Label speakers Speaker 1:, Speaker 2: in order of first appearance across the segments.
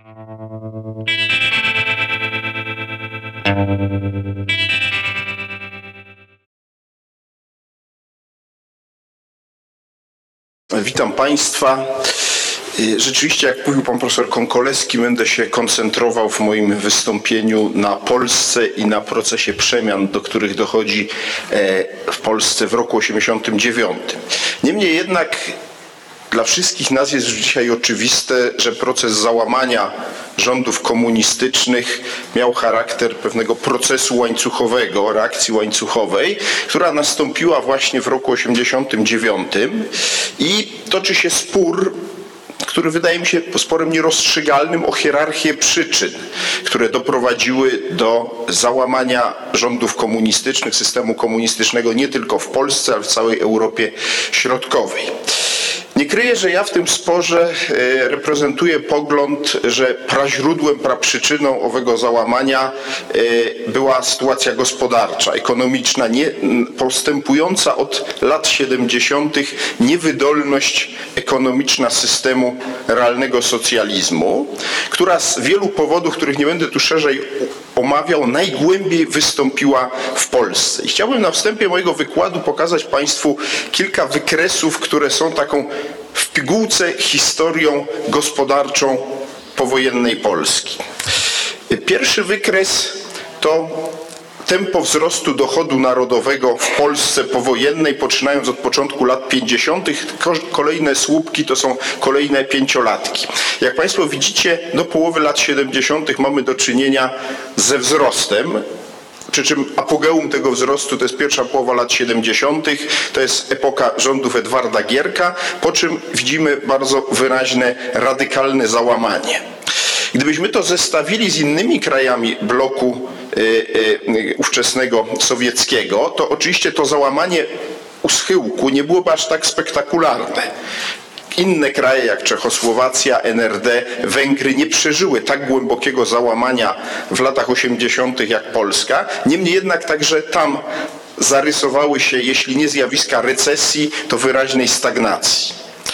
Speaker 1: Witam Państwa. Rzeczywiście, jak mówił pan profesor Konkolewski, będę się koncentrował w moim wystąpieniu na Polsce i na procesie przemian, do których dochodzi w Polsce w roku 1989. Niemniej jednak dla wszystkich nas jest już dzisiaj oczywiste, że proces załamania rządów komunistycznych miał charakter pewnego procesu łańcuchowego, reakcji łańcuchowej, która nastąpiła właśnie w roku 1989 i toczy się spór, który wydaje mi się sporem nierozstrzygalnym, o hierarchię przyczyn, które doprowadziły do załamania rządów komunistycznych, systemu komunistycznego nie tylko w Polsce, ale w całej Europie Środkowej. Nie kryję, że ja w tym sporze reprezentuję pogląd, że praźródłem, praprzyczyną owego załamania była sytuacja gospodarcza, ekonomiczna, postępująca od lat 70. niewydolność ekonomiczna systemu realnego socjalizmu, która z wielu powodów, których nie będę tu szerzej omawiał, najgłębiej wystąpiła w Polsce. I chciałbym na wstępie mojego wykładu pokazać Państwu kilka wykresów, które są taką w pigułce historią gospodarczą powojennej Polski. Pierwszy wykres to tempo wzrostu dochodu narodowego w Polsce powojennej, poczynając od początku lat 50. Kolejne słupki to są kolejne pięciolatki. Jak Państwo widzicie, do połowy lat 70. mamy do czynienia ze wzrostem, przy czym apogeum tego wzrostu to jest pierwsza połowa lat 70., to jest epoka rządów Edwarda Gierka, po czym widzimy bardzo wyraźne, radykalne załamanie. Gdybyśmy to zestawili z innymi krajami bloku ówczesnego sowieckiego, to oczywiście to załamanie u schyłku nie byłoby aż tak spektakularne. Inne kraje jak Czechosłowacja, NRD, Węgry nie przeżyły tak głębokiego załamania w latach 80. jak Polska. Niemniej jednak także tam zarysowały się, jeśli nie zjawiska recesji, to wyraźnej stagnacji.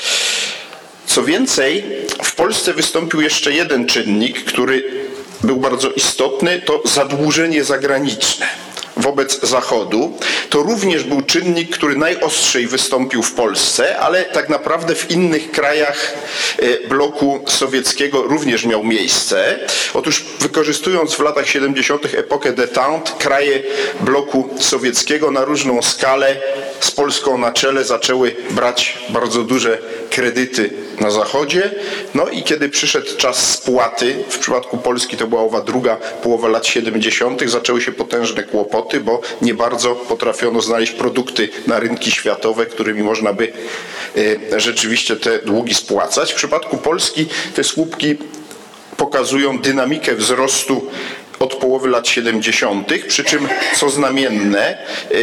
Speaker 1: Co więcej, w Polsce wystąpił jeszcze jeden czynnik, który był bardzo istotny, to zadłużenie zagraniczne wobec Zachodu. To również był czynnik, który najostrzej wystąpił w Polsce, ale tak naprawdę w innych krajach bloku sowieckiego również miał miejsce. Otóż wykorzystując w latach 70. epokę détente, kraje bloku sowieckiego na różną skalę z Polską na czele zaczęły brać bardzo duże kredyty na Zachodzie. No i kiedy przyszedł czas spłaty, w przypadku Polski to była owa druga połowa lat 70., zaczęły się potężne kłopoty, bo nie bardzo potrafiono znaleźć produkty na rynki światowe, którymi można by rzeczywiście te długi spłacać. W przypadku Polski te słupki pokazują dynamikę wzrostu od połowy lat 70., przy czym, co znamienne,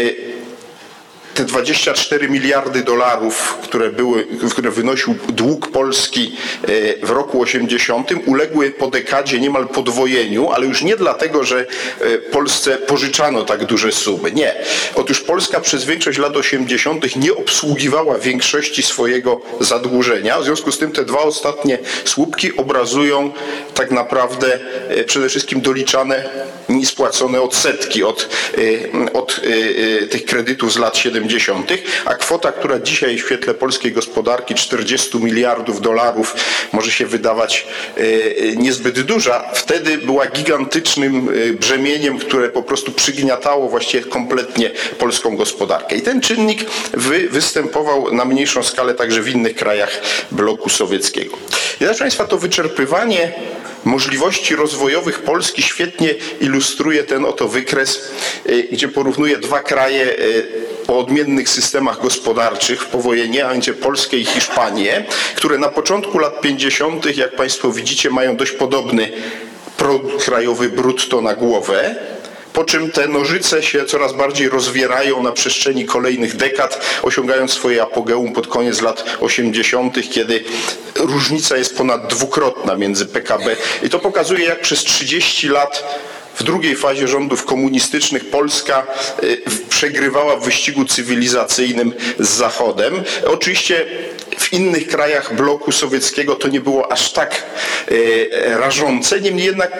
Speaker 1: te 24 miliardy dolarów, które wynosił dług Polski w roku 80, uległy po dekadzie niemal podwojeniu, ale już nie dlatego, że Polsce pożyczano tak duże sumy. Nie. Otóż Polska przez większość lat 80. nie obsługiwała większości swojego zadłużenia. W związku z tym te dwa ostatnie słupki obrazują tak naprawdę przede wszystkim doliczane, niespłacone odsetki od tych kredytów z lat 70. A kwota, która dzisiaj w świetle polskiej gospodarki 40 miliardów dolarów może się wydawać niezbyt duża, wtedy była gigantycznym brzemieniem, które po prostu przygniatało właściwie kompletnie polską gospodarkę. I ten czynnik występował na mniejszą skalę także w innych krajach bloku sowieckiego. I proszę Państwa, to wyczerpywanie możliwości rozwojowych Polski świetnie ilustruje ten oto wykres, gdzie porównuje dwa kraje o odmiennych systemach gospodarczych w powojenie, a mianowicie Polskę i Hiszpanię, które na początku lat 50., jak Państwo widzicie, mają dość podobny produkt krajowy brutto na głowę, po czym te nożyce się coraz bardziej rozwierają na przestrzeni kolejnych dekad, osiągając swoje apogeum pod koniec lat 80., kiedy różnica jest ponad dwukrotna między PKB. I to pokazuje, jak przez 30 lat w drugiej fazie rządów komunistycznych Polska przegrywała w wyścigu cywilizacyjnym z Zachodem. Oczywiście w innych krajach bloku sowieckiego to nie było aż tak rażące, niemniej jednak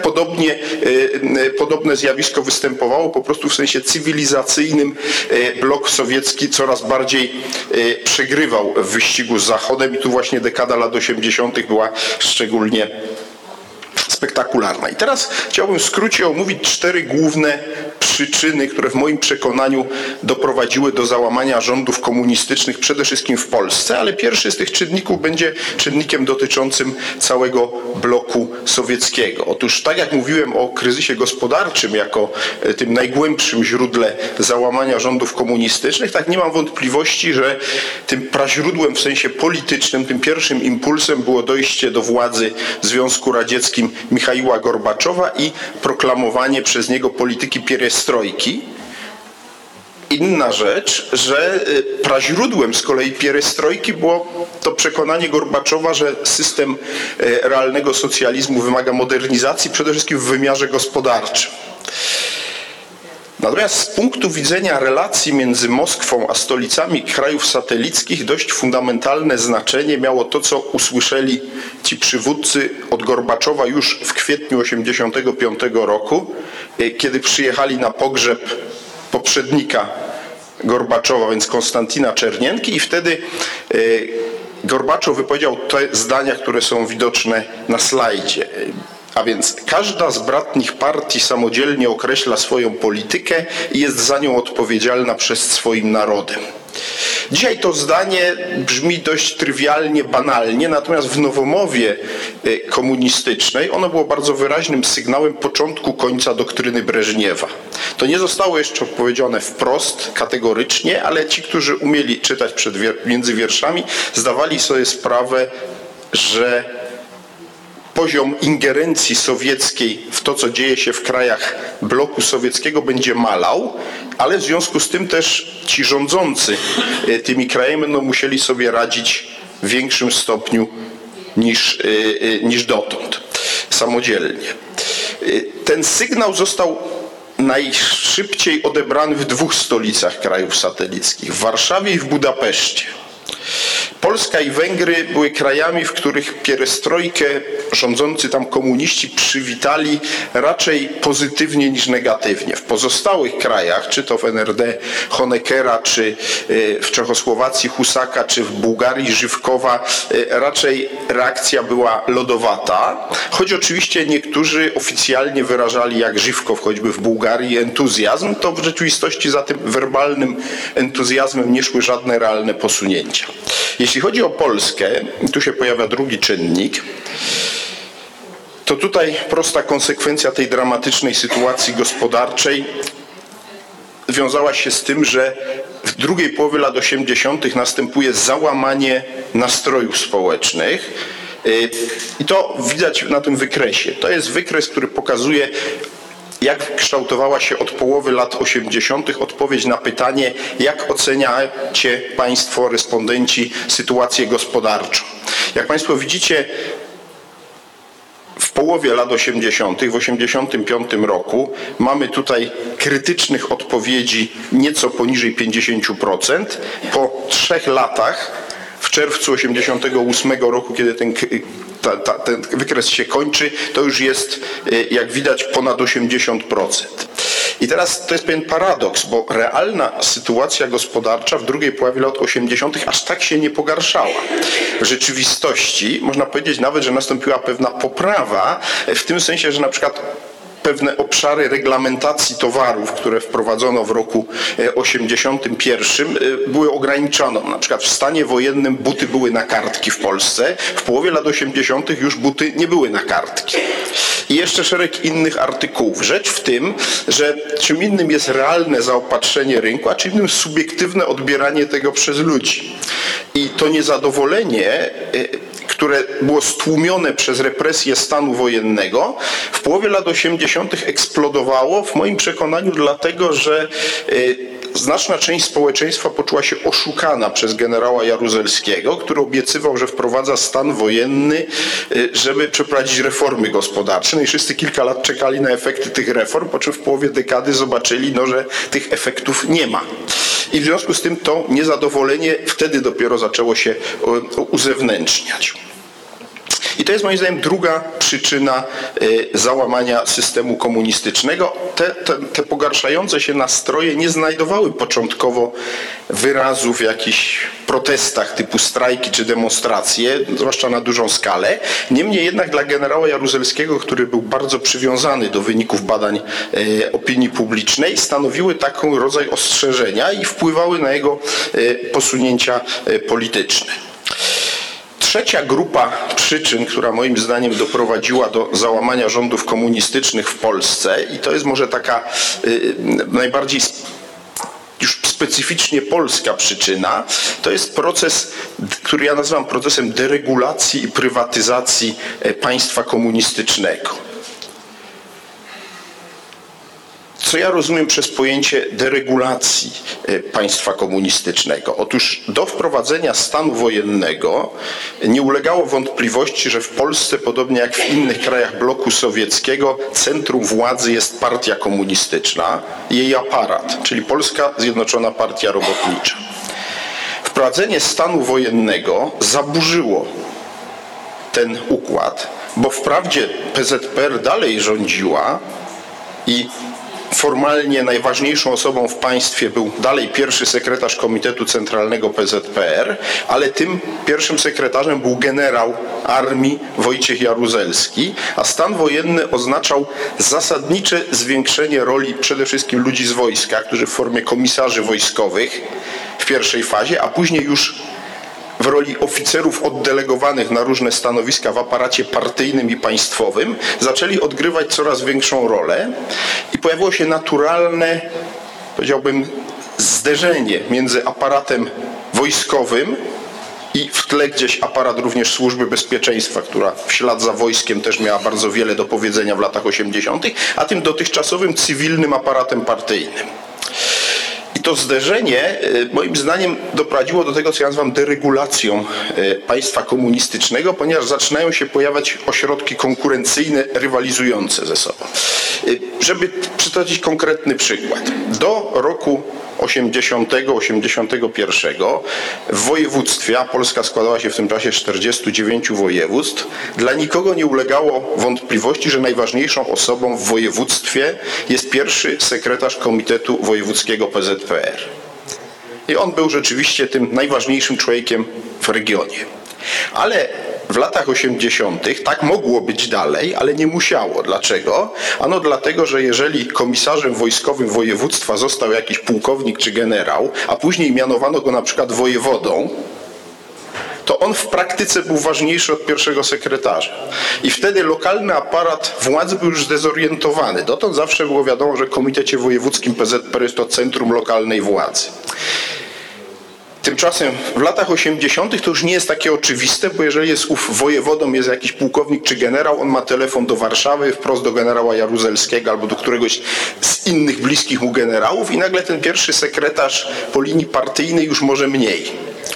Speaker 1: podobne zjawisko występowało, po prostu w sensie cywilizacyjnym blok sowiecki coraz bardziej przegrywał w wyścigu z Zachodem i tu właśnie dekada lat 80. była szczególnie spektakularna. I teraz chciałbym w skrócie omówić 4 główne przyczyny, które w moim przekonaniu doprowadziły do załamania rządów komunistycznych przede wszystkim w Polsce, ale pierwszy z tych czynników będzie czynnikiem dotyczącym całego bloku sowieckiego. Otóż tak jak mówiłem o kryzysie gospodarczym jako tym najgłębszym źródle załamania rządów komunistycznych, tak nie mam wątpliwości, że tym praźródłem w sensie politycznym, tym pierwszym impulsem było dojście do władzy w Związku Radzieckim Michaiła Gorbaczowa i proklamowanie przez niego polityki pierestrojki. Inna rzecz, że praźródłem z kolei pierestrojki było to przekonanie Gorbaczowa, że system realnego socjalizmu wymaga modernizacji, przede wszystkim w wymiarze gospodarczym. Natomiast z punktu widzenia relacji między Moskwą a stolicami krajów satelickich dość fundamentalne znaczenie miało to, co usłyszeli ci przywódcy od Gorbaczowa już w kwietniu 1985 roku, kiedy przyjechali na pogrzeb poprzednika Gorbaczowa, więc Konstantina Czernienki, i wtedy Gorbaczow wypowiedział te zdania, które są widoczne na slajdzie. A więc każda z bratnich partii samodzielnie określa swoją politykę i jest za nią odpowiedzialna przed swoim narodem. Dzisiaj to zdanie brzmi dość trywialnie, banalnie, natomiast w nowomowie komunistycznej ono było bardzo wyraźnym sygnałem początku końca doktryny Breżniewa. To nie zostało jeszcze powiedziane wprost, kategorycznie, ale ci, którzy umieli czytać między wierszami, zdawali sobie sprawę, że poziom ingerencji sowieckiej w to, co dzieje się w krajach bloku sowieckiego, będzie malał, ale w związku z tym też ci rządzący tymi krajami będą musieli sobie radzić w większym stopniu niż dotąd, samodzielnie. Ten sygnał został najszybciej odebrany w 2 stolicach krajów satelickich, w Warszawie i w Budapeszcie. Polska i Węgry były krajami, w których pierestrojkę rządzący tam komuniści przywitali raczej pozytywnie niż negatywnie. W pozostałych krajach, czy to w NRD Honeckera, czy w Czechosłowacji Husaka, czy w Bułgarii Żywkowa, raczej reakcja była lodowata, choć oczywiście niektórzy oficjalnie wyrażali, jak Żywkow choćby w Bułgarii, entuzjazm, to w rzeczywistości za tym werbalnym entuzjazmem nie szły żadne realne posunięcia. Jeśli chodzi o Polskę, tu się pojawia drugi czynnik, to tutaj prosta konsekwencja tej dramatycznej sytuacji gospodarczej wiązała się z tym, że w drugiej połowie lat 80. następuje załamanie nastrojów społecznych i to widać na tym wykresie. To jest wykres, który pokazuje, jak kształtowała się od połowy lat 80. odpowiedź na pytanie, jak oceniacie Państwo, respondenci, sytuację gospodarczą. Jak Państwo widzicie, w połowie lat 80., w 85 roku mamy tutaj krytycznych odpowiedzi nieco poniżej 50%. Po 3 latach, w czerwcu 88 roku, kiedy ten wykres się kończy, to już jest, jak widać, ponad 80%. I teraz to jest pewien paradoks, bo realna sytuacja gospodarcza w drugiej połowie lat 80. aż tak się nie pogarszała. W rzeczywistości można powiedzieć nawet, że nastąpiła pewna poprawa, w tym sensie, że na przykład pewne obszary reglamentacji towarów, które wprowadzono w roku 81, były ograniczone. Na przykład w stanie wojennym buty były na kartki w Polsce, w połowie lat 80. już buty nie były na kartki. I jeszcze szereg innych artykułów. Rzecz w tym, że czym innym jest realne zaopatrzenie rynku, a czym innym subiektywne odbieranie tego przez ludzi. I to niezadowolenie, które było stłumione przez represję stanu wojennego, w połowie lat 80. eksplodowało, w moim przekonaniu dlatego, że znaczna część społeczeństwa poczuła się oszukana przez generała Jaruzelskiego, który obiecywał, że wprowadza stan wojenny, żeby przeprowadzić reformy gospodarcze. No i wszyscy kilka lat czekali na efekty tych reform, po czym w połowie dekady zobaczyli, no, że tych efektów nie ma. I w związku z tym to niezadowolenie wtedy dopiero zaczęło się uzewnętrzniać. I to jest moim zdaniem druga przyczyna załamania systemu komunistycznego. Te pogarszające się nastroje nie znajdowały początkowo wyrazu w jakichś protestach typu strajki czy demonstracje, zwłaszcza na dużą skalę. Niemniej jednak dla generała Jaruzelskiego, który był bardzo przywiązany do wyników badań opinii publicznej, stanowiły taki rodzaj ostrzeżenia i wpływały na jego posunięcia polityczne. Trzecia grupa przyczyn, która moim zdaniem doprowadziła do załamania rządów komunistycznych w Polsce, i to jest może taka najbardziej już specyficznie polska przyczyna, to jest proces, który ja nazywam procesem deregulacji i prywatyzacji państwa komunistycznego. Co ja rozumiem przez pojęcie deregulacji państwa komunistycznego? Otóż do wprowadzenia stanu wojennego nie ulegało wątpliwości, że w Polsce, podobnie jak w innych krajach bloku sowieckiego, centrum władzy jest partia komunistyczna i jej aparat, czyli Polska Zjednoczona Partia Robotnicza. Wprowadzenie stanu wojennego zaburzyło ten układ, bo wprawdzie PZPR dalej rządziła i formalnie najważniejszą osobą w państwie był dalej pierwszy sekretarz Komitetu Centralnego PZPR, ale tym pierwszym sekretarzem był generał armii Wojciech Jaruzelski, a stan wojenny oznaczał zasadnicze zwiększenie roli przede wszystkim ludzi z wojska, którzy w formie komisarzy wojskowych w pierwszej fazie, a później już w roli oficerów oddelegowanych na różne stanowiska w aparacie partyjnym i państwowym zaczęli odgrywać coraz większą rolę i pojawiło się naturalne, powiedziałbym, zderzenie między aparatem wojskowym i w tle gdzieś aparat również Służby Bezpieczeństwa, która w ślad za wojskiem też miała bardzo wiele do powiedzenia w latach 80., a tym dotychczasowym cywilnym aparatem partyjnym. I to zderzenie moim zdaniem doprowadziło do tego, co ja nazywam deregulacją państwa komunistycznego, ponieważ zaczynają się pojawiać ośrodki konkurencyjne rywalizujące ze sobą. Żeby przytoczyć konkretny przykład. Do roku 80-81 w województwie, a Polska składała się w tym czasie z 49 województw, dla nikogo nie ulegało wątpliwości, że najważniejszą osobą w województwie jest pierwszy sekretarz Komitetu Wojewódzkiego PZPR. I on był rzeczywiście tym najważniejszym człowiekiem w regionie. Ale w latach 80. tak mogło być dalej, ale nie musiało. Dlaczego? Ano dlatego, że jeżeli komisarzem wojskowym województwa został jakiś pułkownik czy generał, a później mianowano go na przykład wojewodą, to on w praktyce był ważniejszy od pierwszego sekretarza. I wtedy lokalny aparat władzy był już zdezorientowany. Dotąd zawsze było wiadomo, że w Komitecie Wojewódzkim PZPR jest to centrum lokalnej władzy. Tymczasem w latach 80. to już nie jest takie oczywiste, bo jeżeli jest ów wojewodą, jest jakiś pułkownik czy generał, on ma telefon do Warszawy, wprost do generała Jaruzelskiego albo do któregoś z innych bliskich mu generałów i nagle ten pierwszy sekretarz po linii partyjnej już może mniej.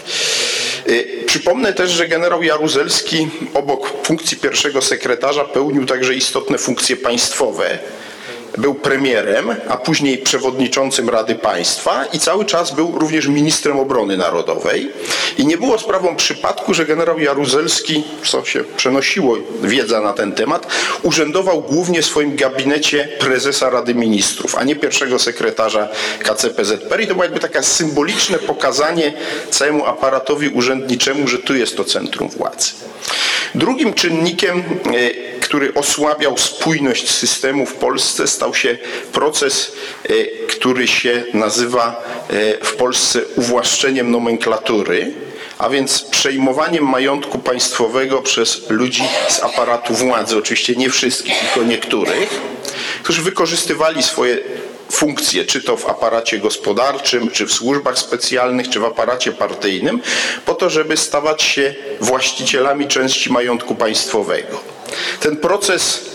Speaker 1: Przypomnę też, że generał Jaruzelski obok funkcji pierwszego sekretarza pełnił także istotne funkcje państwowe. Był premierem, a później przewodniczącym Rady Państwa i cały czas był również ministrem obrony narodowej. I nie było sprawą przypadku, że generał Jaruzelski, co się przenosiło wiedza na ten temat, urzędował głównie w swoim gabinecie prezesa Rady Ministrów, a nie pierwszego sekretarza KCPZPR. I to było jakby takie symboliczne pokazanie całemu aparatowi urzędniczemu, że tu jest to centrum władzy. Drugim czynnikiem, który osłabiał spójność systemu w Polsce, stał się proces, który się nazywa w Polsce uwłaszczeniem nomenklatury, a więc przejmowaniem majątku państwowego przez ludzi z aparatu władzy, oczywiście nie wszystkich, tylko niektórych, którzy wykorzystywali swoje funkcje, czy to w aparacie gospodarczym, czy w służbach specjalnych, czy w aparacie partyjnym, po to, żeby stawać się właścicielami części majątku państwowego. Ten proces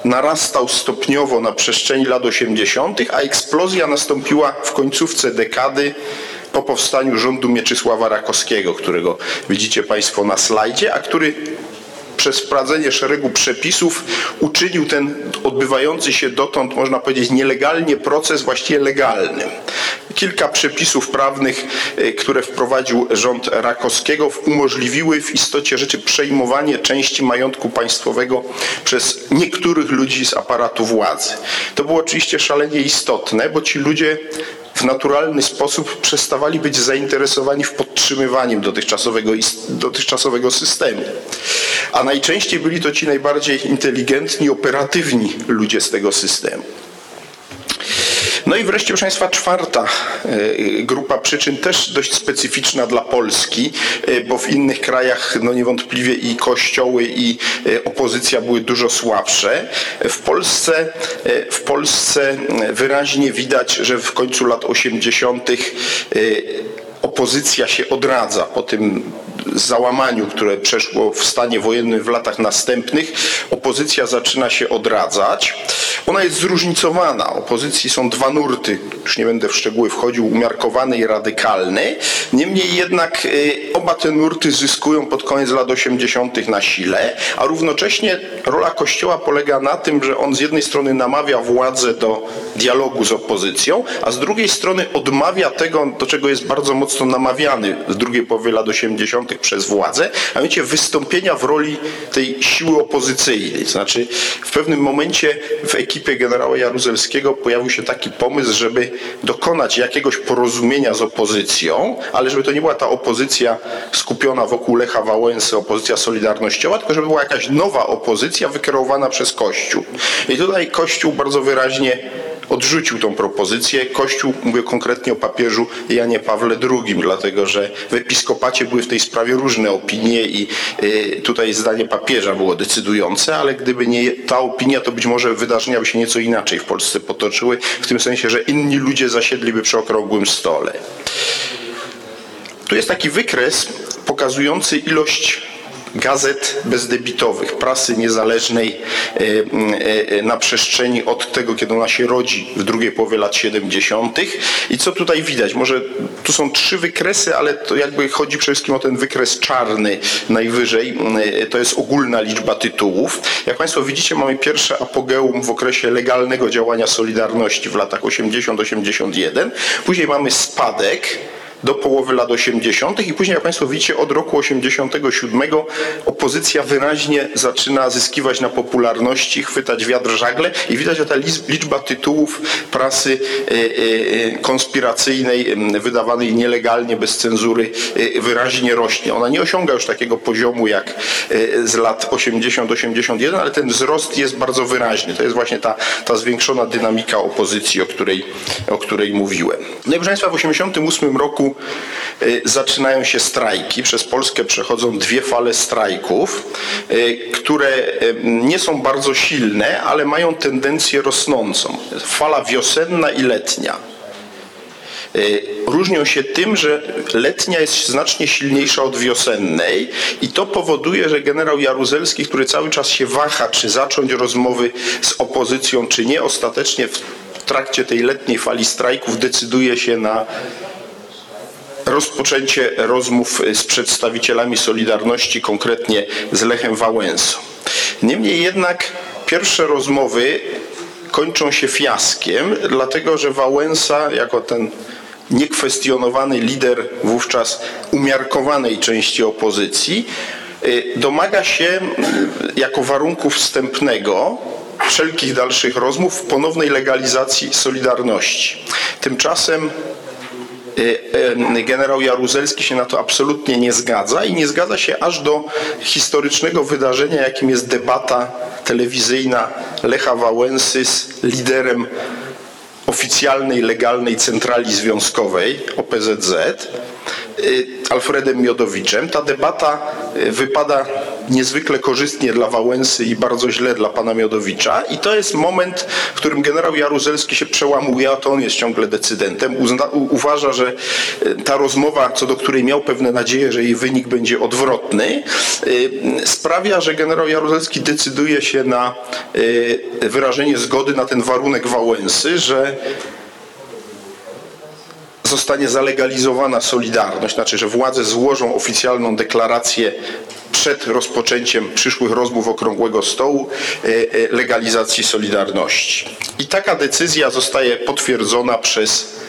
Speaker 1: narastał stopniowo na przestrzeni lat 80., a eksplozja nastąpiła w końcówce dekady po powstaniu rządu Mieczysława Rakowskiego, którego widzicie Państwo na slajdzie, a który przez wprowadzenie szeregu przepisów uczynił ten odbywający się dotąd, można powiedzieć, nielegalnie proces właściwie legalnym. Kilka przepisów prawnych, które wprowadził rząd Rakowskiego, umożliwiły w istocie rzeczy przejmowanie części majątku państwowego przez niektórych ludzi z aparatu władzy. To było oczywiście szalenie istotne, bo ci ludzie w naturalny sposób przestawali być zainteresowani w podtrzymywaniem dotychczasowego systemu. A najczęściej byli to ci najbardziej inteligentni, operatywni ludzie z tego systemu. No i wreszcie, proszę Państwa, czwarta grupa przyczyn, też dość specyficzna dla Polski, bo w innych krajach no niewątpliwie i kościoły, i opozycja były dużo słabsze. W Polsce wyraźnie widać, że w końcu lat 80. opozycja się odradza po tym załamaniu, które przeszło w stanie wojennym w latach następnych. Opozycja zaczyna się odradzać. Ona jest zróżnicowana. Opozycji są dwa nurty, już nie będę w szczegóły wchodził, umiarkowany i radykalny. Niemniej jednak oba te nurty zyskują pod koniec lat 80. na sile, a równocześnie rola Kościoła polega na tym, że on z jednej strony namawia władzę do dialogu z opozycją, a z drugiej strony odmawia tego, do czego jest bardzo mocno namawiany w drugiej połowie lat 80. przez władzę, a mianowicie wystąpienia w roli tej siły opozycyjnej. To znaczy w pewnym momencie w ekipie generała Jaruzelskiego pojawił się taki pomysł, żeby dokonać jakiegoś porozumienia z opozycją, ale żeby to nie była ta opozycja skupiona wokół Lecha Wałęsy, opozycja solidarnościowa, tylko żeby była jakaś nowa opozycja wykreowana przez Kościół. I tutaj Kościół bardzo wyraźnie odrzucił tą propozycję. Kościół, mówię konkretnie o papieżu Janie Pawle II, dlatego że w episkopacie były w tej sprawie różne opinie i tutaj zdanie papieża było decydujące, ale gdyby nie ta opinia, to być może wydarzenia by się nieco inaczej w Polsce potoczyły, w tym sensie, że inni ludzie zasiedliby przy okrągłym stole. Tu jest taki wykres pokazujący ilość gazet bezdebitowych, prasy niezależnej na przestrzeni od tego, kiedy ona się rodzi w drugiej połowie lat 70. I co tutaj widać? Może tu są trzy wykresy, ale to jakby chodzi przede wszystkim o ten wykres czarny najwyżej. To jest ogólna liczba tytułów. Jak Państwo widzicie, mamy pierwsze apogeum w okresie legalnego działania Solidarności w latach 80-81. Później mamy spadek do połowy lat 80. i później, jak Państwo widzicie, od roku 87 opozycja wyraźnie zaczyna zyskiwać na popularności, chwytać wiatr żagle i widać, że ta liczba tytułów prasy konspiracyjnej, wydawanej nielegalnie, bez cenzury, wyraźnie rośnie. Ona nie osiąga już takiego poziomu jak z lat 80-81, ale ten wzrost jest bardzo wyraźny. To jest właśnie ta zwiększona dynamika opozycji, o której mówiłem. No i proszę Państwa, w 88 roku zaczynają się strajki. Przez Polskę przechodzą dwie fale strajków, które nie są bardzo silne, ale mają tendencję rosnącą. Fala wiosenna i letnia. Różnią się tym, że letnia jest znacznie silniejsza od wiosennej i to powoduje, że generał Jaruzelski, który cały czas się waha, czy zacząć rozmowy z opozycją, czy nie, ostatecznie w trakcie tej letniej fali strajków decyduje się na rozpoczęcie rozmów z przedstawicielami Solidarności, konkretnie z Lechem Wałęsą. Niemniej jednak pierwsze rozmowy kończą się fiaskiem, dlatego że Wałęsa jako ten niekwestionowany lider wówczas umiarkowanej części opozycji domaga się jako warunku wstępnego wszelkich dalszych rozmów ponownej legalizacji Solidarności. Tymczasem generał Jaruzelski się na to absolutnie nie zgadza i nie zgadza się aż do historycznego wydarzenia, jakim jest debata telewizyjna Lecha Wałęsy z liderem oficjalnej, legalnej centrali związkowej OPZZ, Alfredem Miodowiczem. Ta debata wypada niezwykle korzystnie dla Wałęsy i bardzo źle dla pana Miodowicza. I to jest moment, w którym generał Jaruzelski się przełamuje, a to on jest ciągle decydentem. Uważa, że ta rozmowa, co do której miał pewne nadzieje, że jej wynik będzie odwrotny, sprawia, że generał Jaruzelski decyduje się na wyrażenie zgody na ten warunek Wałęsy, że zostanie zalegalizowana Solidarność, znaczy, że władze złożą oficjalną deklarację przed rozpoczęciem przyszłych rozmów Okrągłego Stołu legalizacji Solidarności. I taka decyzja zostaje potwierdzona przez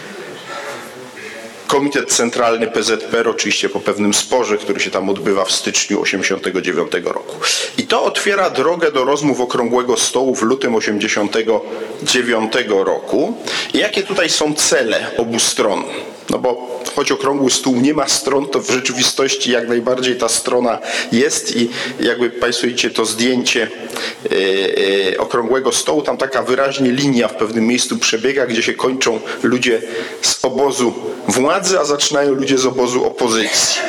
Speaker 1: Komitet Centralny PZPR, oczywiście po pewnym sporze, który się tam odbywa w styczniu 1989 roku. I to otwiera drogę do rozmów Okrągłego Stołu w lutym 1989 roku. I jakie tutaj są cele obu stron? No bo choć Okrągły Stół nie ma stron, to w rzeczywistości jak najbardziej ta strona jest i jakby Państwo widzicie to zdjęcie Okrągłego Stołu, tam taka wyraźnie linia w pewnym miejscu przebiega, gdzie się kończą ludzie z obozu władzy, a zaczynają ludzie z obozu opozycji.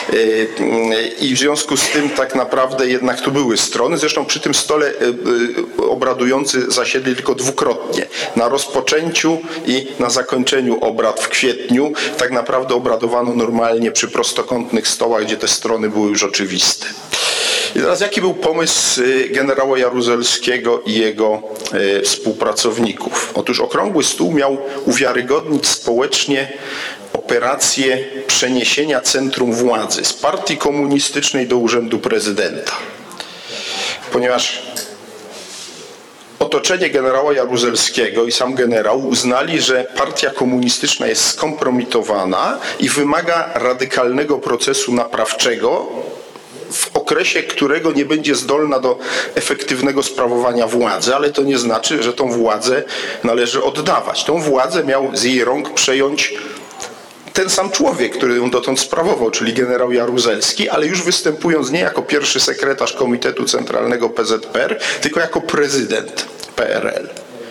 Speaker 1: I w związku z tym tak naprawdę jednak tu były strony. Zresztą przy tym stole obradujący zasiedli tylko dwukrotnie. Na rozpoczęciu i na zakończeniu obrad w kwietniu. Tak naprawdę obradowano normalnie przy prostokątnych stołach, gdzie te strony były już oczywiste. I teraz jaki był pomysł generała Jaruzelskiego i jego współpracowników? Otóż Okrągły Stół miał uwiarygodnić społecznie operację przeniesienia centrum władzy z partii komunistycznej do urzędu prezydenta. Ponieważ otoczenie generała Jaruzelskiego i sam generał uznali, że partia komunistyczna jest skompromitowana i wymaga radykalnego procesu naprawczego, w okresie którego nie będzie zdolna do efektywnego sprawowania władzy, ale to nie znaczy, że tą władzę należy oddawać. Tą władzę miał z jej rąk przejąć ten sam człowiek, który ją dotąd sprawował, czyli generał Jaruzelski, ale już występując nie jako pierwszy sekretarz Komitetu Centralnego PZPR, tylko jako prezydent PRL.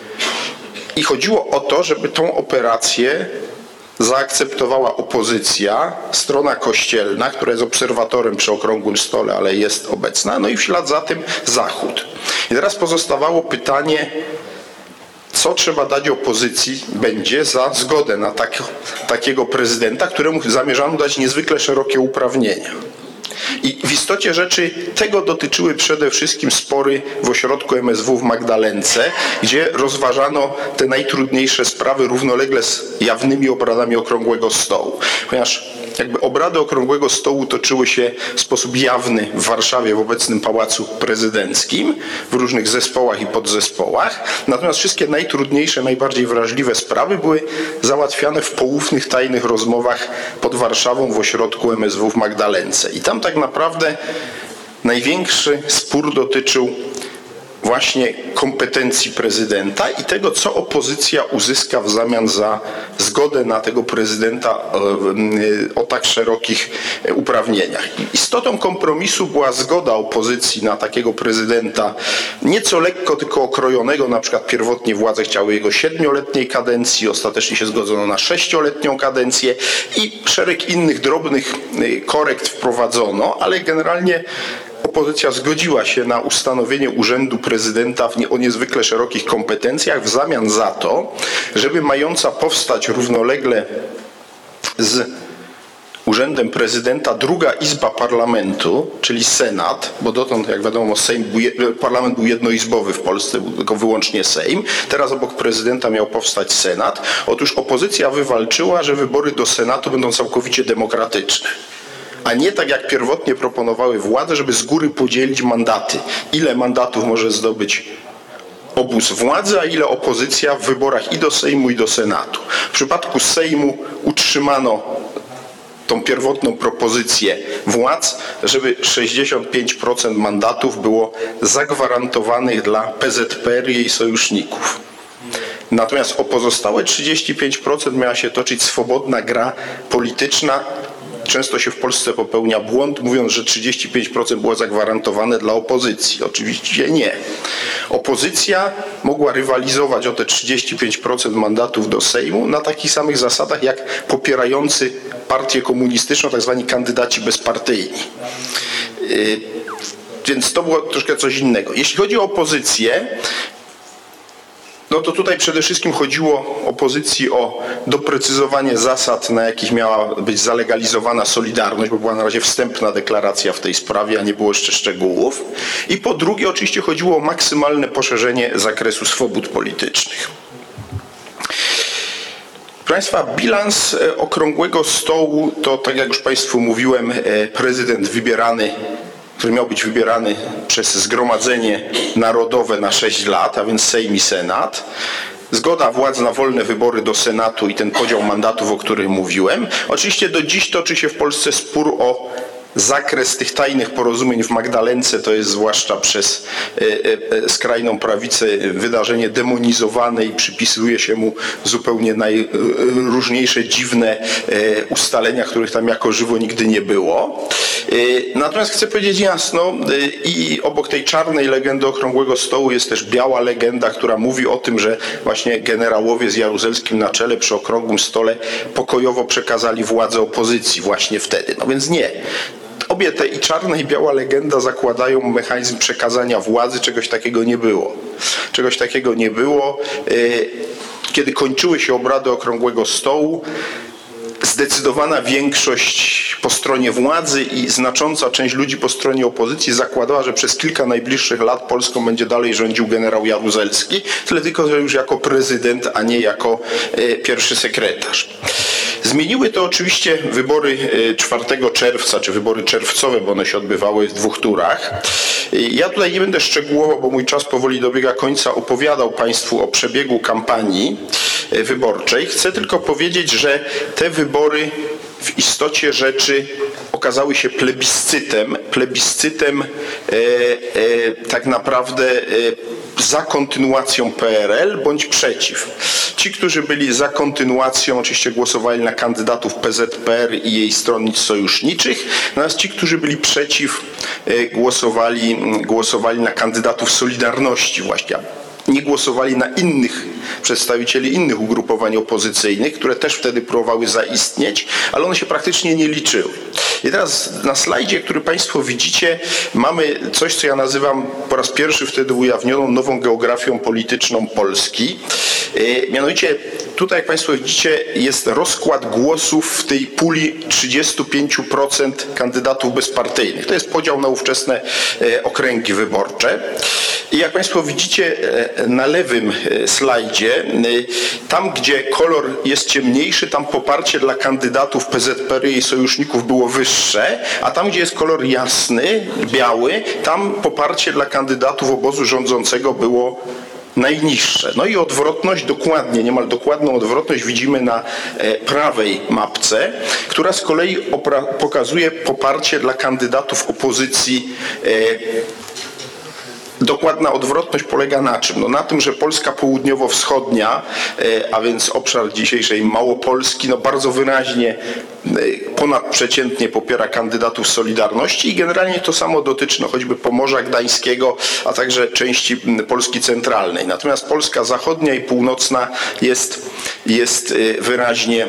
Speaker 1: I chodziło o to, żeby tą operację zaakceptowała opozycja, strona kościelna, która jest obserwatorem przy Okrągłym Stole, ale jest obecna, no i w ślad za tym Zachód. I teraz pozostawało pytanie, co trzeba dać opozycji będzie za zgodę na takiego prezydenta, któremu zamierzano dać niezwykle szerokie uprawnienia. I w istocie rzeczy tego dotyczyły przede wszystkim spory w ośrodku MSW w Magdalence, gdzie rozważano te najtrudniejsze sprawy równolegle z jawnymi obradami Okrągłego Stołu. Ponieważ jakby obrady Okrągłego Stołu toczyły się w sposób jawny w Warszawie w obecnym Pałacu Prezydenckim, w różnych zespołach i podzespołach. Natomiast wszystkie najtrudniejsze, najbardziej wrażliwe sprawy były załatwiane w poufnych, tajnych rozmowach pod Warszawą w ośrodku MSW w Magdalence. I tam tak naprawdę największy spór dotyczył właśnie kompetencji prezydenta i tego, co opozycja uzyska w zamian za zgodę na tego prezydenta o tak szerokich uprawnieniach. Istotą kompromisu była zgoda opozycji na takiego prezydenta nieco lekko tylko okrojonego, na przykład pierwotnie władze chciały jego 7-letniej kadencji, ostatecznie się zgodzono na 6-letnią kadencję i szereg innych drobnych korekt wprowadzono, ale generalnie opozycja zgodziła się na ustanowienie urzędu prezydenta o niezwykle szerokich kompetencjach w zamian za to, żeby mająca powstać równolegle z urzędem prezydenta druga izba parlamentu, czyli Senat, bo dotąd, jak wiadomo, parlament był jednoizbowy w Polsce, był tylko wyłącznie Sejm. Teraz obok prezydenta miał powstać Senat. Otóż opozycja wywalczyła, że wybory do Senatu będą całkowicie demokratyczne. A nie tak jak pierwotnie proponowały władze, żeby z góry podzielić mandaty. Ile mandatów może zdobyć obóz władzy, a ile opozycja w wyborach i do Sejmu, i do Senatu. W przypadku Sejmu utrzymano tą pierwotną propozycję władz, żeby 65% mandatów było zagwarantowanych dla PZPR i jej sojuszników. Natomiast o pozostałe 35% miała się toczyć swobodna gra polityczna. Często się w Polsce popełnia błąd, mówiąc, że 35% było zagwarantowane dla opozycji. Oczywiście nie. Opozycja mogła rywalizować o te 35% mandatów do Sejmu na takich samych zasadach jak popierający partię komunistyczną, tak zwani kandydaci bezpartyjni. Więc to było troszkę coś innego. Jeśli chodzi o opozycję, no to tutaj przede wszystkim chodziło opozycji o doprecyzowanie zasad, na jakich miała być zalegalizowana Solidarność, bo była na razie wstępna deklaracja w tej sprawie, a nie było jeszcze szczegółów. I po drugie oczywiście chodziło o maksymalne poszerzenie zakresu swobód politycznych. Proszę Państwa, bilans Okrągłego Stołu to, tak jak już Państwu mówiłem, prezydent wybierany, który miał być wybierany przez Zgromadzenie Narodowe na 6 lat, a więc Sejm i Senat. Zgoda władz na wolne wybory do Senatu i ten podział mandatów, o którym mówiłem. Oczywiście do dziś toczy się w Polsce spór o zakres tych tajnych porozumień w Magdalence, to jest zwłaszcza przez skrajną prawicę wydarzenie demonizowane i przypisuje się mu zupełnie najróżniejsze dziwne ustalenia, których tam jako żywo nigdy nie było. Natomiast chcę powiedzieć jasno, i obok tej czarnej legendy Okrągłego Stołu jest też biała legenda, która mówi o tym, że właśnie generałowie z Jaruzelskim na czele przy Okrągłym Stole pokojowo przekazali władzę opozycji właśnie wtedy. No więc nie. Obie te i czarna i biała legenda zakładają mechanizm przekazania władzy, czegoś takiego nie było. Czegoś takiego nie było. Kiedy kończyły się obrady Okrągłego Stołu, zdecydowana większość po stronie władzy i znacząca część ludzi po stronie opozycji zakładała, że przez kilka najbliższych lat Polską będzie dalej rządził generał Jaruzelski, tyle tylko, że już jako prezydent, a nie jako pierwszy sekretarz. Zmieniły to oczywiście wybory 4 czerwca, czy wybory czerwcowe, bo one się odbywały w 2 turach. Ja tutaj nie będę szczegółowo, bo mój czas powoli dobiega końca, opowiadał Państwu o przebiegu kampanii wyborczej. Chcę tylko powiedzieć, że te wybory w istocie rzeczy okazały się plebiscytem tak naprawdę za kontynuacją PRL bądź przeciw. Ci, którzy byli za kontynuacją, oczywiście głosowali na kandydatów PZPR i jej stronnictw sojuszniczych, natomiast ci, którzy byli przeciw, głosowali na kandydatów Solidarności właśnie. Nie głosowali na innych przedstawicieli innych ugrupowań opozycyjnych, które też wtedy próbowały zaistnieć, ale one się praktycznie nie liczyły. I teraz na slajdzie, który Państwo widzicie, mamy coś, co ja nazywam po raz pierwszy wtedy ujawnioną nową geografią polityczną Polski. Mianowicie tutaj, jak Państwo widzicie, jest rozkład głosów w tej puli 35% kandydatów bezpartyjnych. To jest podział na ówczesne okręgi wyborcze. I jak Państwo widzicie na lewym slajdzie, tam gdzie kolor jest ciemniejszy, tam poparcie dla kandydatów PZPR i jej sojuszników było wyższe, a tam gdzie jest kolor jasny, biały, tam poparcie dla kandydatów obozu rządzącego było najniższe. No i odwrotność, dokładnie, niemal dokładną odwrotność widzimy na prawej mapce, która z kolei pokazuje poparcie dla kandydatów opozycji. Dokładna odwrotność polega na czym? No na tym, że Polska południowo-wschodnia, a więc obszar dzisiejszej Małopolski, no bardzo wyraźnie ponadprzeciętnie popiera kandydatów Solidarności i generalnie to samo dotyczy no choćby Pomorza Gdańskiego, a także części Polski centralnej. Natomiast Polska zachodnia i północna jest wyraźnie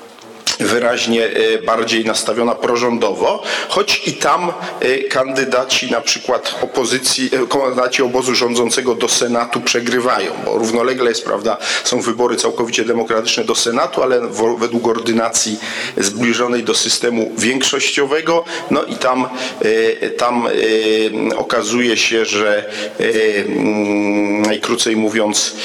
Speaker 1: bardziej nastawiona prorządowo, choć i tam kandydaci na przykład opozycji, kandydaci obozu rządzącego do Senatu przegrywają, bo równolegle jest, prawda, są wybory całkowicie demokratyczne do Senatu, ale według ordynacji zbliżonej do systemu większościowego, no i tam okazuje się, że najkrócej mówiąc,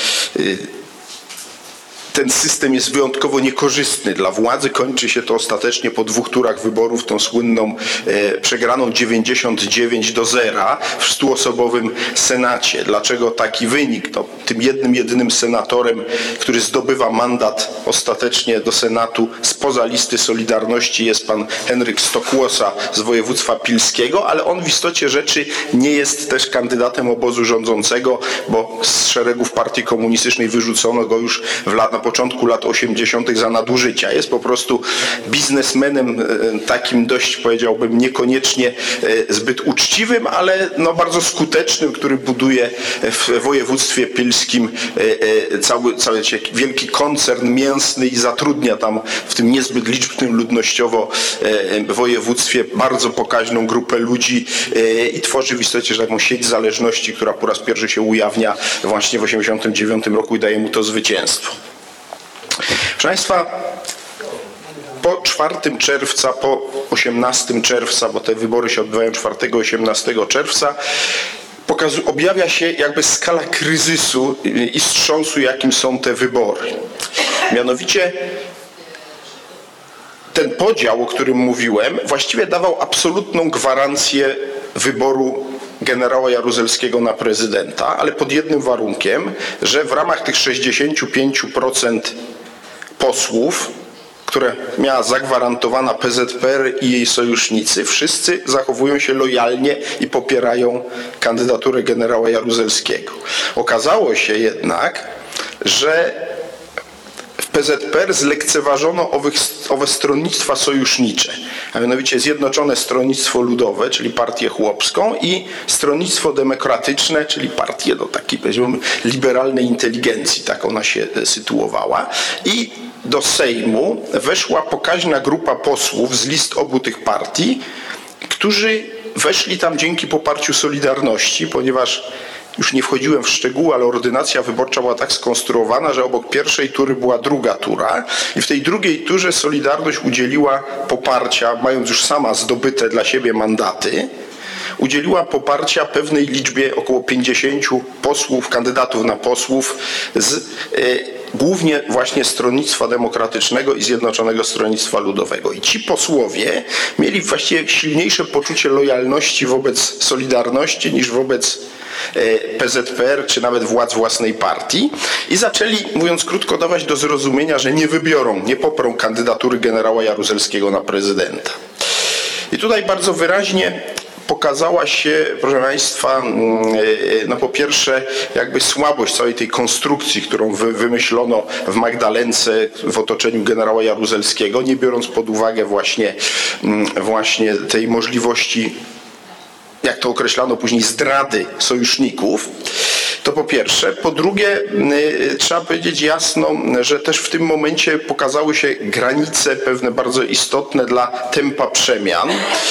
Speaker 1: ten system jest wyjątkowo niekorzystny dla władzy. Kończy się to ostatecznie po 2 turach wyborów tą słynną przegraną 99-0 w 100-osobowym Senacie. Dlaczego taki wynik? No, tym jedynym senatorem, który zdobywa mandat ostatecznie do Senatu spoza listy Solidarności jest pan Henryk Stokłosa z województwa pilskiego, ale on w istocie rzeczy nie jest też kandydatem obozu rządzącego, bo z szeregów partii komunistycznej wyrzucono go już na początku lat 80. za nadużycia. Jest po prostu biznesmenem takim dość, powiedziałbym, niekoniecznie zbyt uczciwym, ale no bardzo skutecznym, który buduje w województwie pilskim cały wielki koncern mięsny i zatrudnia tam w tym niezbyt licznym ludnościowo województwie bardzo pokaźną grupę ludzi i tworzy w istocie taką sieć zależności, która po raz pierwszy się ujawnia właśnie w 1989 roku i daje mu to zwycięstwo. Proszę Państwa, po 4 czerwca, po 18 czerwca, bo te wybory się odbywają 4-18 czerwca, objawia się jakby skala kryzysu i wstrząsu, jakim są te wybory. Mianowicie ten podział, o którym mówiłem, właściwie dawał absolutną gwarancję wyboru generała Jaruzelskiego na prezydenta, ale pod jednym warunkiem, że w ramach tych 65% posłów, które miała zagwarantowana PZPR i jej sojusznicy, wszyscy zachowują się lojalnie i popierają kandydaturę generała Jaruzelskiego. Okazało się jednak, że w PZPR zlekceważono owe stronnictwa sojusznicze, a mianowicie Zjednoczone Stronnictwo Ludowe, czyli partię chłopską, i Stronnictwo Demokratyczne, czyli partię do takiej, powiedziałbym, liberalnej inteligencji, tak ona się sytuowała. I do Sejmu weszła pokaźna grupa posłów z list obu tych partii, którzy weszli tam dzięki poparciu Solidarności, ponieważ już nie wchodziłem w szczegóły, ale ordynacja wyborcza była tak skonstruowana, że obok pierwszej tury była druga tura i w tej drugiej turze Solidarność udzieliła poparcia, mając już sama zdobyte dla siebie mandaty, udzieliła poparcia pewnej liczbie około 50 posłów, kandydatów na posłów z głównie właśnie Stronnictwa Demokratycznego i Zjednoczonego Stronnictwa Ludowego. I ci posłowie mieli właściwie silniejsze poczucie lojalności wobec Solidarności niż wobec PZPR czy nawet władz własnej partii i zaczęli, mówiąc krótko, dawać do zrozumienia, że nie poprą kandydatury generała Jaruzelskiego na prezydenta. I tutaj bardzo wyraźnie pokazała się, proszę Państwa, no po pierwsze jakby słabość całej tej konstrukcji, którą wymyślono w Magdalence w otoczeniu generała Jaruzelskiego, nie biorąc pod uwagę właśnie tej możliwości, jak to określano później, zdrady sojuszników. To po pierwsze. Po drugie, trzeba powiedzieć jasno, że też w tym momencie pokazały się granice pewne bardzo istotne dla tempa przemian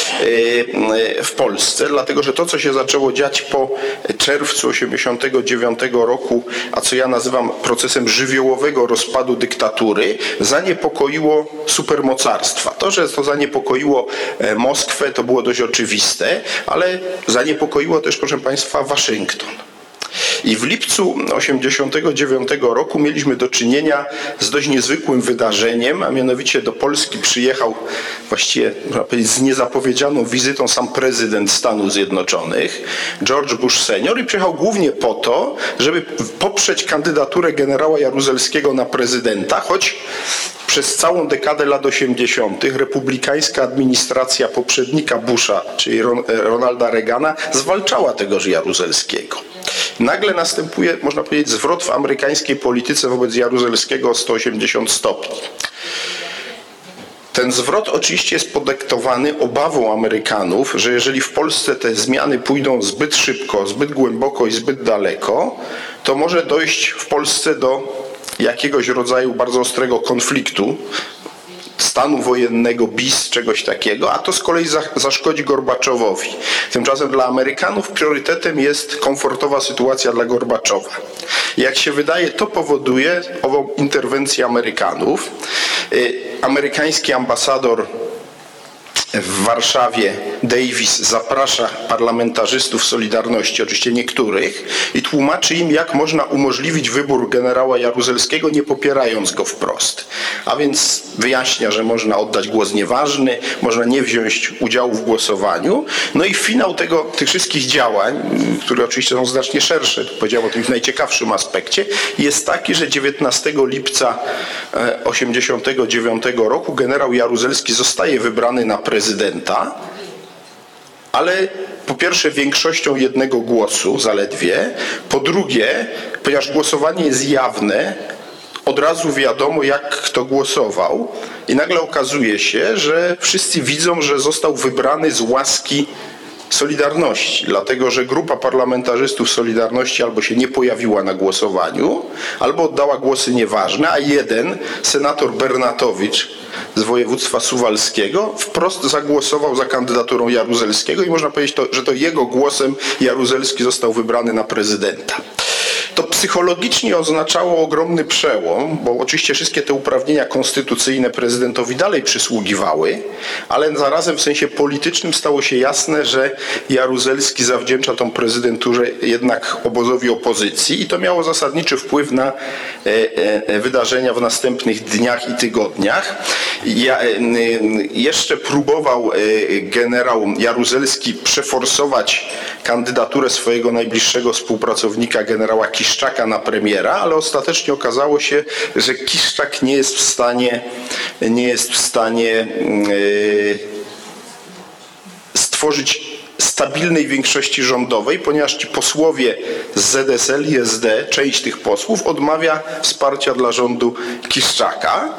Speaker 1: w Polsce, dlatego że to, co się zaczęło dziać po czerwcu 1989 roku, a co ja nazywam procesem żywiołowego rozpadu dyktatury, zaniepokoiło supermocarstwa. To, że to zaniepokoiło Moskwę, to było dość oczywiste, ale zaniepokoiło też, proszę Państwa, Waszyngton. I w lipcu 1989 roku mieliśmy do czynienia z dość niezwykłym wydarzeniem, a mianowicie do Polski przyjechał właściwie, można powiedzieć, z niezapowiedzianą wizytą sam prezydent Stanów Zjednoczonych, George Bush senior, i przyjechał głównie po to, żeby poprzeć kandydaturę generała Jaruzelskiego na prezydenta, choć przez całą dekadę lat 80. republikańska administracja poprzednika Busha, czyli Ronalda Reagana, zwalczała tegoż Jaruzelskiego. Nagle następuje, można powiedzieć, zwrot w amerykańskiej polityce wobec Jaruzelskiego o 180 stopni. Ten zwrot oczywiście jest podyktowany obawą Amerykanów, że jeżeli w Polsce te zmiany pójdą zbyt szybko, zbyt głęboko i zbyt daleko, to może dojść w Polsce do jakiegoś rodzaju bardzo ostrego konfliktu, stanu wojennego, bis, czegoś takiego, a to z kolei zaszkodzi Gorbaczowowi. Tymczasem dla Amerykanów priorytetem jest komfortowa sytuacja dla Gorbaczowa. Jak się wydaje, to powoduje ową interwencję Amerykanów. Amerykański ambasador w Warszawie, Davis, zaprasza parlamentarzystów Solidarności, oczywiście niektórych, i tłumaczy im, jak można umożliwić wybór generała Jaruzelskiego, nie popierając go wprost. A więc wyjaśnia, że można oddać głos nieważny, można nie wziąć udziału w głosowaniu. No i finał tych wszystkich działań, które oczywiście są znacznie szersze, powiedziałem o tym w najciekawszym aspekcie, jest taki, że 19 lipca 1989 roku generał Jaruzelski zostaje wybrany na prezydenta, ale po pierwsze większością jednego głosu zaledwie, po drugie, ponieważ głosowanie jest jawne, od razu wiadomo, jak kto głosował i nagle okazuje się, że wszyscy widzą, że został wybrany z łaski Solidarności, dlatego że grupa parlamentarzystów Solidarności albo się nie pojawiła na głosowaniu, albo oddała głosy nieważne, a jeden, senator Bernatowicz z województwa suwalskiego, wprost zagłosował za kandydaturą Jaruzelskiego i można powiedzieć, że to jego głosem Jaruzelski został wybrany na prezydenta. To psychologicznie oznaczało ogromny przełom, bo oczywiście wszystkie te uprawnienia konstytucyjne prezydentowi dalej przysługiwały, ale zarazem w sensie politycznym stało się jasne, że Jaruzelski zawdzięcza tą prezydenturę jednak obozowi opozycji i to miało zasadniczy wpływ na wydarzenia w następnych dniach i tygodniach. Jeszcze próbował generał Jaruzelski przeforsować kandydaturę swojego najbliższego współpracownika generała Kiszczaka na premiera, ale ostatecznie okazało się, że Kiszczak nie jest w stanie stworzyć stabilnej większości rządowej, ponieważ ci posłowie z ZSL i SD, część tych posłów odmawia wsparcia dla rządu Kiszczaka.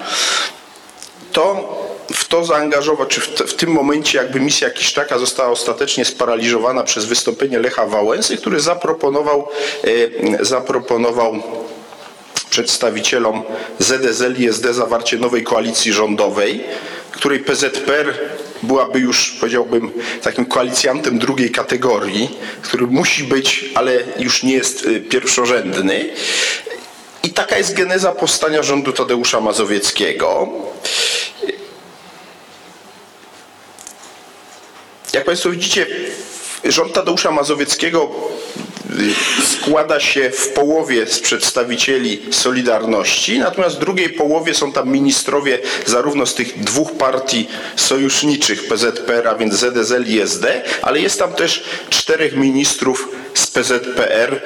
Speaker 1: W to zaangażował, czy w tym momencie jakby misja Kiszczaka została ostatecznie sparaliżowana przez wystąpienie Lecha Wałęsy, który zaproponował przedstawicielom ZSL i SD zawarcie nowej koalicji rządowej, której PZPR byłaby już, powiedziałbym, takim koalicjantem drugiej kategorii, który musi być, ale już nie jest pierwszorzędny. I taka jest geneza powstania rządu Tadeusza Mazowieckiego. Jak Państwo widzicie, rząd Tadeusza Mazowieckiego składa się w połowie z przedstawicieli Solidarności, natomiast w drugiej połowie są tam ministrowie zarówno z tych dwóch partii sojuszniczych PZPR, a więc ZSL i SD, ale jest tam też 4 ministrów z PZPR,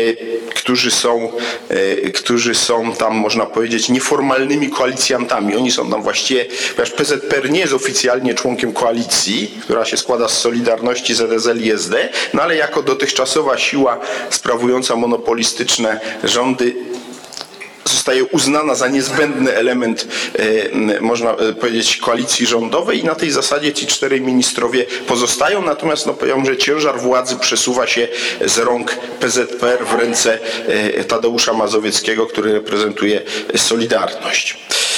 Speaker 1: którzy są tam, można powiedzieć, nieformalnymi koalicjantami. Oni są tam właściwie, ponieważ PZPR nie jest oficjalnie członkiem koalicji, która się składa z Solidarności, ZSL i SD, no ale jako dotychczasowa siła sprawująca monopolistyczne rządy zostaje uznana za niezbędny element, można powiedzieć, koalicji rządowej i na tej zasadzie ci 4 ministrowie pozostają, natomiast powiem, że ciężar władzy przesuwa się z rąk PZPR w ręce Tadeusza Mazowieckiego, który reprezentuje Solidarność.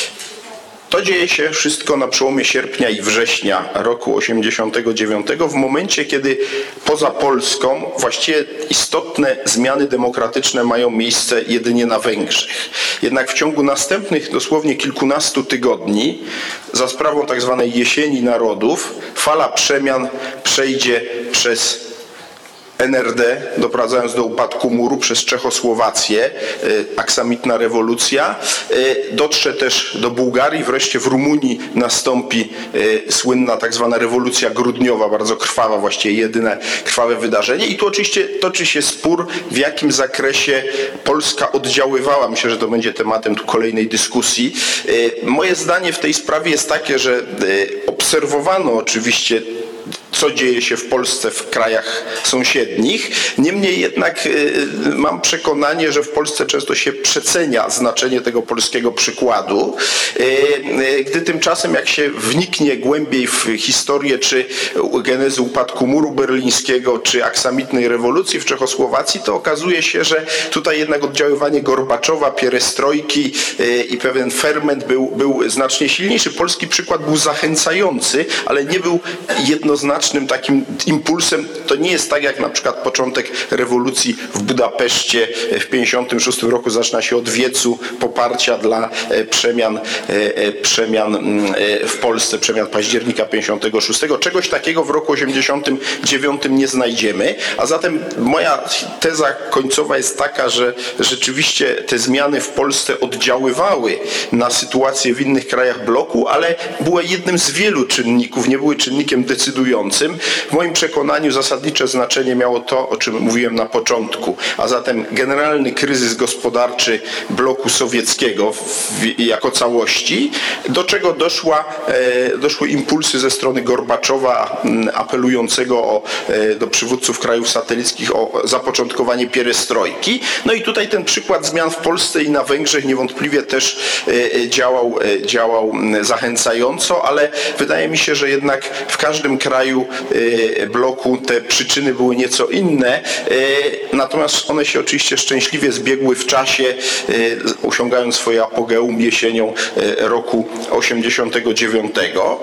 Speaker 1: To dzieje się wszystko na przełomie sierpnia i września roku 1989, w momencie, kiedy poza Polską właściwie istotne zmiany demokratyczne mają miejsce jedynie na Węgrzech. Jednak w ciągu następnych dosłownie kilkunastu tygodni, za sprawą tak zwanej jesieni narodów, fala przemian przejdzie przez NRD, doprowadzając do upadku muru, przez Czechosłowację, aksamitna rewolucja, dotrze też do Bułgarii, wreszcie w Rumunii nastąpi słynna tak zwana rewolucja grudniowa, bardzo krwawa, właściwie jedyne krwawe wydarzenie i tu oczywiście toczy się spór, w jakim zakresie Polska oddziaływała. Myślę, że to będzie tematem tu kolejnej dyskusji. Moje zdanie w tej sprawie jest takie, że obserwowano oczywiście, co dzieje się w Polsce w krajach sąsiednich. Niemniej jednak mam przekonanie, że w Polsce często się przecenia znaczenie tego polskiego przykładu, gdy tymczasem jak się wniknie głębiej w historię czy genezy upadku muru berlińskiego, czy aksamitnej rewolucji w Czechosłowacji, to okazuje się, że tutaj jednak oddziaływanie Gorbaczowa, pierestrojki i pewien ferment był znacznie silniejszy. Polski przykład był zachęcający, ale nie był jednoznacznym takim impulsem. To nie jest tak jak na przykład początek rewolucji w Budapeszcie w 1956 roku zaczyna się od wiecu poparcia dla przemian w Polsce, przemian października 1956. Czegoś takiego w roku 1989 nie znajdziemy, a zatem moja teza końcowa jest taka, że rzeczywiście te zmiany w Polsce oddziaływały na sytuację w innych krajach bloku, ale były jednym z wielu czynników, nie były czynnikiem decydującym. bieżącym. W moim przekonaniu zasadnicze znaczenie miało to, o czym mówiłem na początku, a zatem generalny kryzys gospodarczy bloku sowieckiego jako całości, do czego doszły impulsy ze strony Gorbaczowa apelującego do przywódców krajów satelickich o zapoczątkowanie pierestrojki. No i tutaj ten przykład zmian w Polsce i na Węgrzech niewątpliwie też działał zachęcająco, ale wydaje mi się, że jednak w każdym kraju bloku te przyczyny były nieco inne, natomiast one się oczywiście szczęśliwie zbiegły w czasie, osiągając swoje apogeum jesienią roku 89.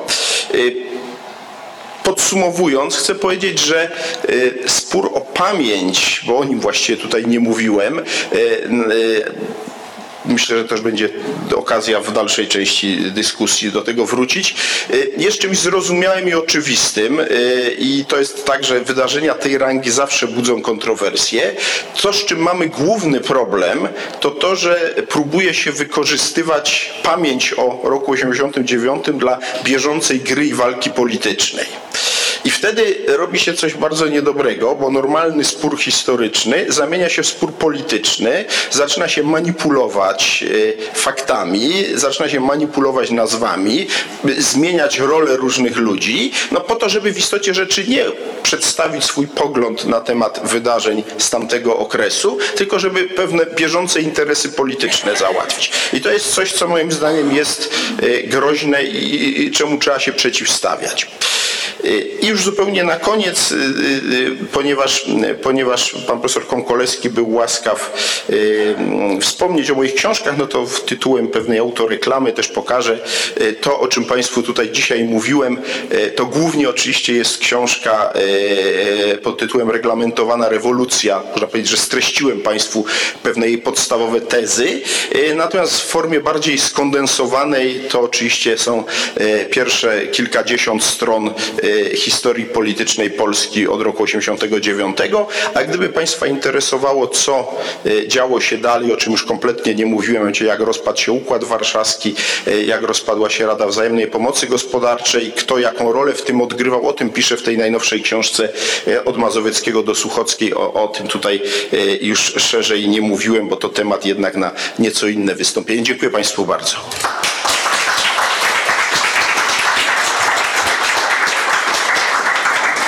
Speaker 1: Podsumowując, chcę powiedzieć, że spór o pamięć, bo o nim właściwie tutaj nie mówiłem, myślę, że też będzie okazja w dalszej części dyskusji do tego wrócić, jest czymś zrozumiałym i oczywistym i to jest tak, że wydarzenia tej rangi zawsze budzą kontrowersje. To, z czym mamy główny problem, to to, że próbuje się wykorzystywać pamięć o roku 89 dla bieżącej gry i walki politycznej. I wtedy robi się coś bardzo niedobrego, bo normalny spór historyczny zamienia się w spór polityczny, zaczyna się manipulować faktami, zaczyna się manipulować nazwami, zmieniać rolę różnych ludzi, no po to, żeby w istocie rzeczy nie przedstawić swój pogląd na temat wydarzeń z tamtego okresu, tylko żeby pewne bieżące interesy polityczne załatwić. I to jest coś, co moim zdaniem jest groźne i czemu trzeba się przeciwstawiać. I już zupełnie na koniec, ponieważ pan profesor Konkolewski był łaskaw wspomnieć o moich książkach, no to tytułem pewnej autoreklamy też pokażę to, o czym państwu tutaj dzisiaj mówiłem. To głównie oczywiście jest książka pod tytułem Reglamentowana rewolucja. Można powiedzieć, że streściłem państwu pewne jej podstawowe tezy. Natomiast w formie bardziej skondensowanej to oczywiście są pierwsze kilkadziesiąt stron historii politycznej Polski od roku 89, a gdyby państwa interesowało, co działo się dalej, o czym już kompletnie nie mówiłem, jak rozpadł się Układ Warszawski, jak rozpadła się Rada Wzajemnej Pomocy Gospodarczej, kto jaką rolę w tym odgrywał, o tym piszę w tej najnowszej książce Od Mazowieckiego do Suchockiej, o tym tutaj już szerzej nie mówiłem, bo to temat jednak na nieco inne wystąpienie. Dziękuję państwu bardzo.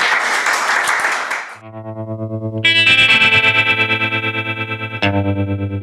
Speaker 2: Thank you.